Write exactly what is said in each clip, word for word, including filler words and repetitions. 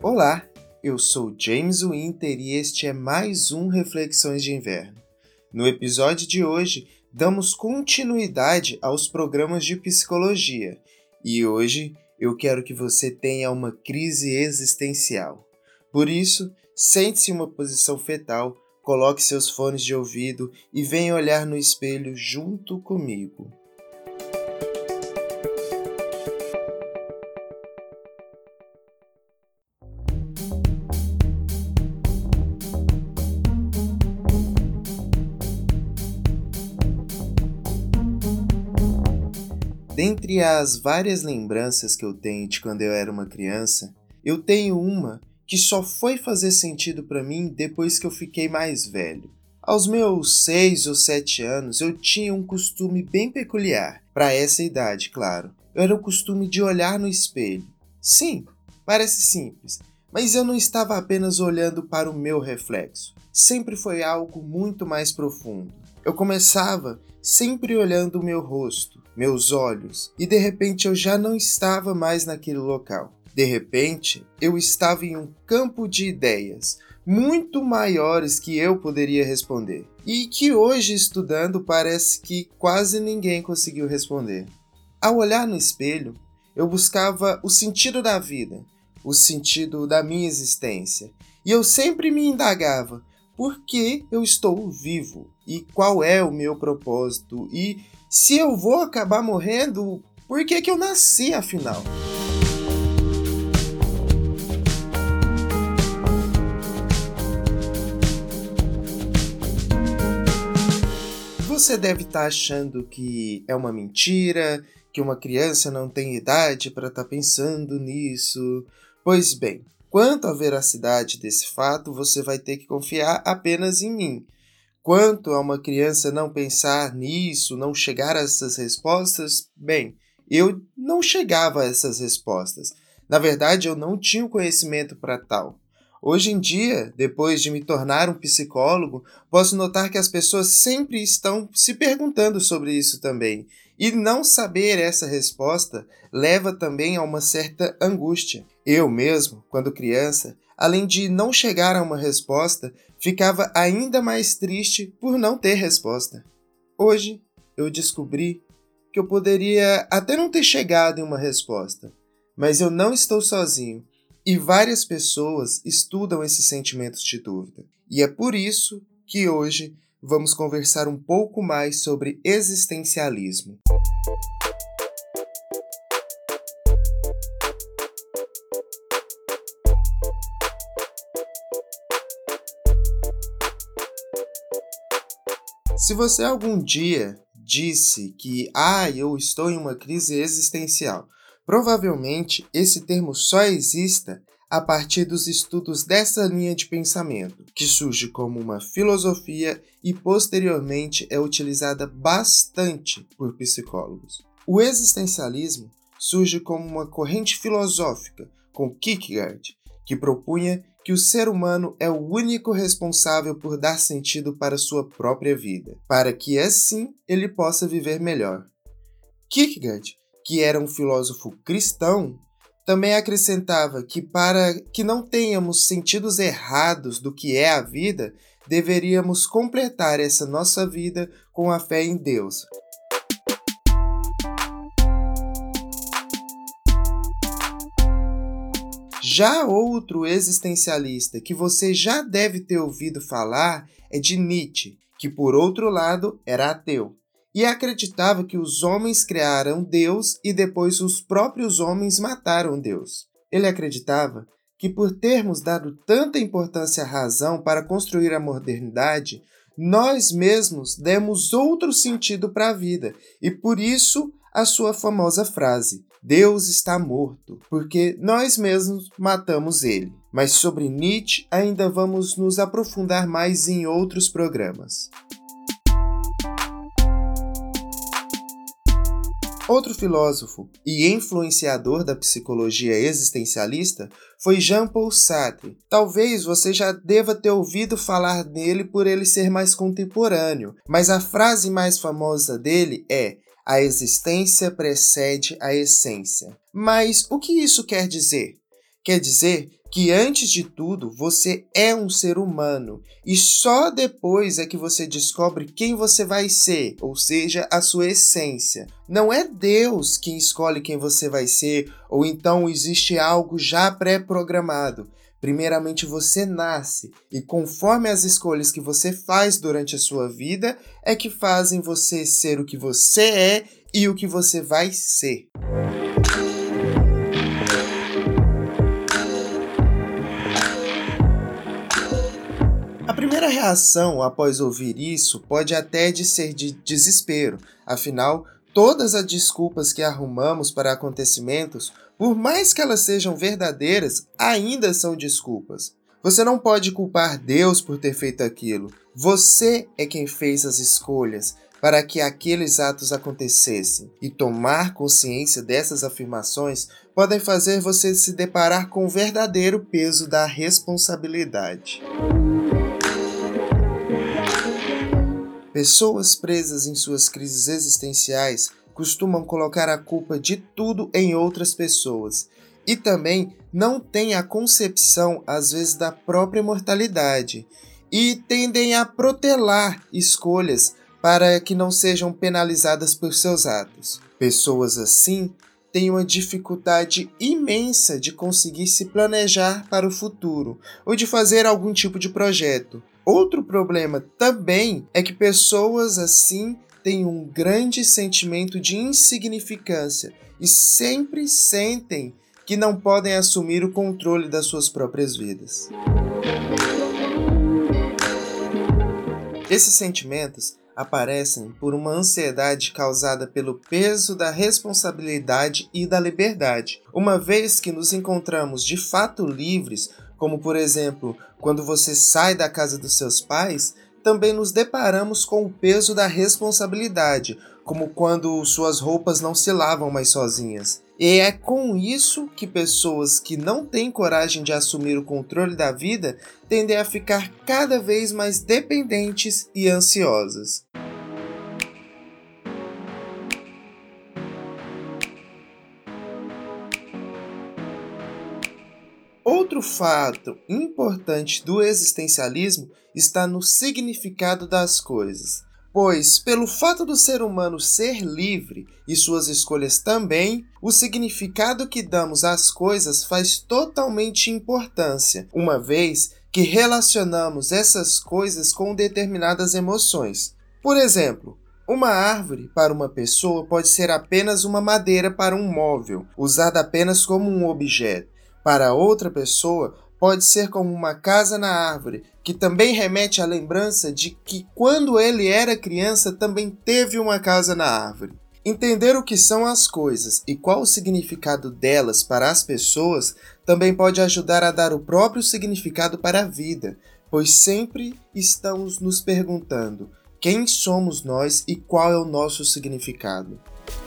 Olá, eu sou James Winter e este é mais um Reflexões de Inverno. No episódio de hoje, damos continuidade aos programas de psicologia e hoje eu quero que você tenha uma crise existencial. Por isso, sente-se em uma posição fetal, coloque seus fones de ouvido e venha olhar no espelho junto comigo. Dentre as várias lembranças que eu tenho de quando eu era uma criança, eu tenho uma que só foi fazer sentido para mim depois que eu fiquei mais velho. Aos meus seis ou sete anos, eu tinha um costume bem peculiar, para essa idade, claro. Eu era o costume de olhar no espelho. Sim, parece simples, mas eu não estava apenas olhando para o meu reflexo. Sempre foi algo muito mais profundo. Eu começava sempre olhando o meu rosto, meus olhos, e de repente eu já não estava mais naquele local. De repente, eu estava em um campo de ideias muito maiores que eu poderia responder, e que hoje, estudando, parece que quase ninguém conseguiu responder. Ao olhar no espelho, eu buscava o sentido da vida, o sentido da minha existência, e eu sempre me indagava: por que eu estou vivo? E qual é o meu propósito? E se eu vou acabar morrendo, por que que eu nasci afinal? Você deve estar achando que é uma mentira, que uma criança não tem idade para estar pensando nisso. Pois bem, quanto à veracidade desse fato, você vai ter que confiar apenas em mim. Quanto a uma criança não pensar nisso, não chegar a essas respostas, bem, eu não chegava a essas respostas. Na verdade, eu não tinha o conhecimento para tal. Hoje em dia, depois de me tornar um psicólogo, posso notar que as pessoas sempre estão se perguntando sobre isso também. E não saber essa resposta leva também a uma certa angústia. Eu mesmo, quando criança, além de não chegar a uma resposta, ficava ainda mais triste por não ter resposta. Hoje, eu descobri que eu poderia até não ter chegado em uma resposta, mas eu não estou sozinho e várias pessoas estudam esses sentimentos de dúvida. E é por isso que hoje vamos conversar um pouco mais sobre existencialismo. Se você algum dia disse que ah, eu estou em uma crise existencial, provavelmente esse termo só exista a partir dos estudos dessa linha de pensamento, que surge como uma filosofia e posteriormente é utilizada bastante por psicólogos. O existencialismo surge como uma corrente filosófica com Kierkegaard, que propunha que o ser humano é o único responsável por dar sentido para sua própria vida, para que assim ele possa viver melhor. Kierkegaard, que era um filósofo cristão, também acrescentava que para que não tenhamos sentidos errados do que é a vida, deveríamos completar essa nossa vida com a fé em Deus. Já outro existencialista que você já deve ter ouvido falar é de Nietzsche, que por outro lado era ateu, e acreditava que os homens criaram Deus e depois os próprios homens mataram Deus. Ele acreditava que por termos dado tanta importância à razão para construir a modernidade, nós mesmos demos outro sentido para a vida, e por isso a sua famosa frase: Deus está morto, porque nós mesmos matamos ele. Mas sobre Nietzsche ainda vamos nos aprofundar mais em outros programas. Outro filósofo e influenciador da psicologia existencialista foi Jean-Paul Sartre. Talvez você já deva ter ouvido falar dele por ele ser mais contemporâneo, mas a frase mais famosa dele é: a existência precede a essência. Mas o que isso quer dizer? Quer dizer que antes de tudo você é um ser humano e só depois é que você descobre quem você vai ser, ou seja, a sua essência. Não é Deus quem escolhe quem você vai ser, ou então existe algo já pré-programado. Primeiramente você nasce e conforme as escolhas que você faz durante a sua vida é que fazem você ser o que você é e o que você vai ser. A primeira reação após ouvir isso pode até de ser de desespero, afinal, todas as desculpas que arrumamos para acontecimentos, por mais que elas sejam verdadeiras, ainda são desculpas. Você não pode culpar Deus por ter feito aquilo. Você é quem fez as escolhas para que aqueles atos acontecessem. E tomar consciência dessas afirmações podem fazer você se deparar com o verdadeiro peso da responsabilidade. Pessoas presas em suas crises existenciais costumam colocar a culpa de tudo em outras pessoas e também não têm a concepção, às vezes, da própria mortalidade e tendem a protelar escolhas para que não sejam penalizadas por seus atos. Pessoas assim têm uma dificuldade imensa de conseguir se planejar para o futuro ou de fazer algum tipo de projeto. Outro problema também é que pessoas assim têm um grande sentimento de insignificância e sempre sentem que não podem assumir o controle das suas próprias vidas. Esses sentimentos aparecem por uma ansiedade causada pelo peso da responsabilidade e da liberdade, uma vez que nos encontramos de fato livres, como por exemplo, quando você sai da casa dos seus pais, também nos deparamos com o peso da responsabilidade, como quando suas roupas não se lavam mais sozinhas. E é com isso que pessoas que não têm coragem de assumir o controle da vida tendem a ficar cada vez mais dependentes e ansiosas. Outro fato importante do existencialismo está no significado das coisas, pois, pelo fato do ser humano ser livre e suas escolhas também, o significado que damos às coisas faz totalmente importância, uma vez que relacionamos essas coisas com determinadas emoções. Por exemplo, uma árvore para uma pessoa pode ser apenas uma madeira para um móvel, usada apenas como um objeto. Para outra pessoa, pode ser como uma casa na árvore, que também remete à lembrança de que quando ele era criança também teve uma casa na árvore. Entender o que são as coisas e qual o significado delas para as pessoas também pode ajudar a dar o próprio significado para a vida, pois sempre estamos nos perguntando quem somos nós e qual é o nosso significado.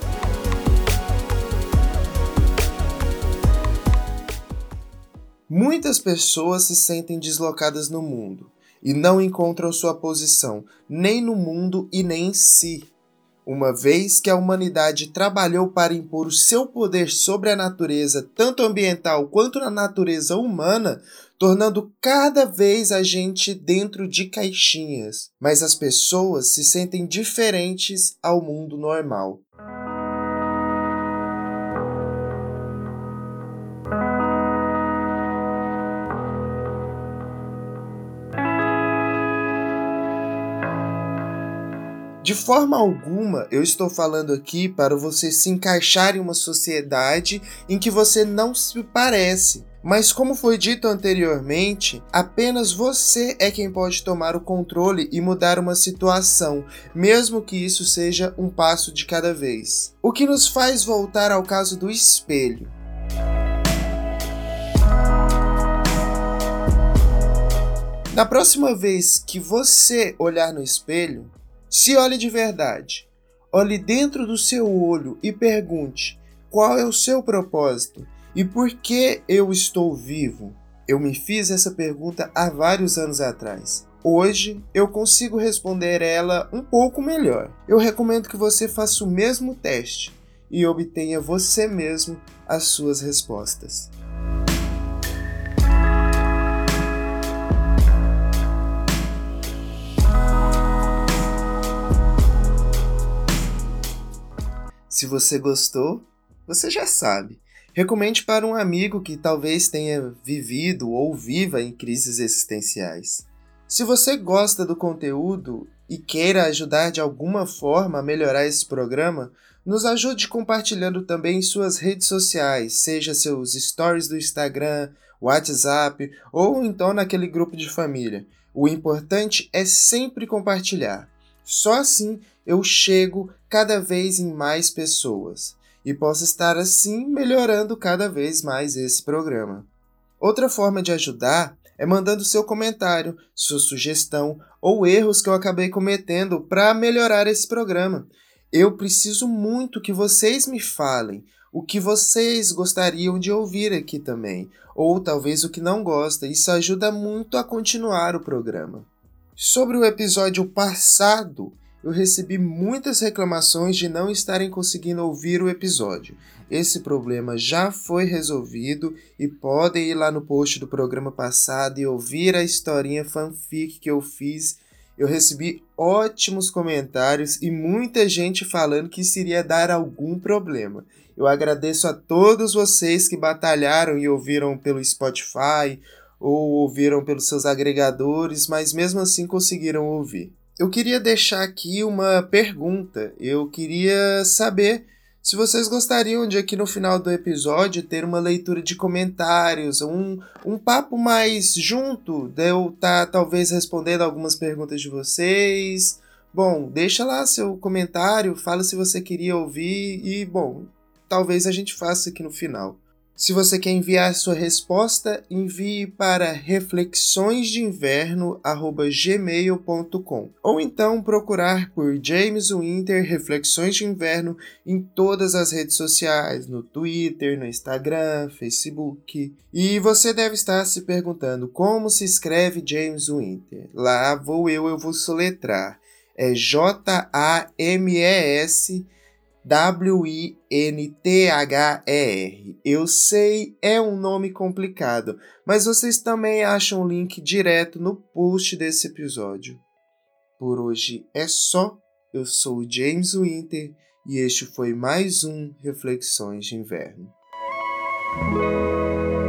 Muitas pessoas se sentem deslocadas no mundo e não encontram sua posição nem no mundo e nem em si, uma vez que a humanidade trabalhou para impor o seu poder sobre a natureza, tanto ambiental quanto na natureza humana, tornando cada vez a gente dentro de caixinhas. Mas as pessoas se sentem diferentes ao mundo normal. De forma alguma, eu estou falando aqui para você se encaixar em uma sociedade em que você não se parece. Mas como foi dito anteriormente, apenas você é quem pode tomar o controle e mudar uma situação, mesmo que isso seja um passo de cada vez. O que nos faz voltar ao caso do espelho. Na próxima vez que você olhar no espelho, se olhe de verdade, olhe dentro do seu olho e pergunte qual é o seu propósito e por que eu estou vivo. Eu me fiz essa pergunta há vários anos atrás. Hoje eu consigo responder ela um pouco melhor. Eu recomendo que você faça o mesmo teste e obtenha você mesmo as suas respostas. Se você gostou, você já sabe. Recomende para um amigo que talvez tenha vivido ou viva em crises existenciais. Se você gosta do conteúdo e queira ajudar de alguma forma a melhorar esse programa, nos ajude compartilhando também em suas redes sociais, seja seus stories do Instagram, WhatsApp ou então naquele grupo de família. O importante é sempre compartilhar. Só assim eu chego cada vez em mais pessoas e posso estar assim melhorando cada vez mais esse programa. Outra forma de ajudar é mandando seu comentário, sua sugestão ou erros que eu acabei cometendo para melhorar esse programa. Eu preciso muito que vocês me falem o que vocês gostariam de ouvir aqui também, ou talvez o que não gosta. Isso ajuda muito a continuar o programa. Sobre o episódio passado, eu recebi muitas reclamações de não estarem conseguindo ouvir o episódio. Esse problema já foi resolvido e podem ir lá no post do programa passado e ouvir a historinha fanfic que eu fiz. Eu recebi ótimos comentários e muita gente falando que isso iria dar algum problema. Eu agradeço a todos vocês que batalharam e ouviram pelo Spotify ou ouviram pelos seus agregadores, mas mesmo assim conseguiram ouvir. Eu queria deixar aqui uma pergunta. Eu queria saber se vocês gostariam de aqui no final do episódio ter uma leitura de comentários, um, um papo mais junto, de eu estar tá, talvez respondendo algumas perguntas de vocês. Bom, deixa lá seu comentário, fala se você queria ouvir e, bom, talvez a gente faça aqui no final. Se você quer enviar sua resposta, envie para reflexõesdeinverno arroba gmail ponto com ou então procurar por James Winter Reflexões de Inverno em todas as redes sociais, no Twitter, no Instagram, Facebook. E você deve estar se perguntando como se escreve James Winter. Lá vou eu, eu vou soletrar. É J A M E S W I N T H E R. Eu sei, é um nome complicado, mas vocês também acham o link direto no post desse episódio. Por hoje é só. Eu sou o James Winter e este foi mais um Reflexões de Inverno.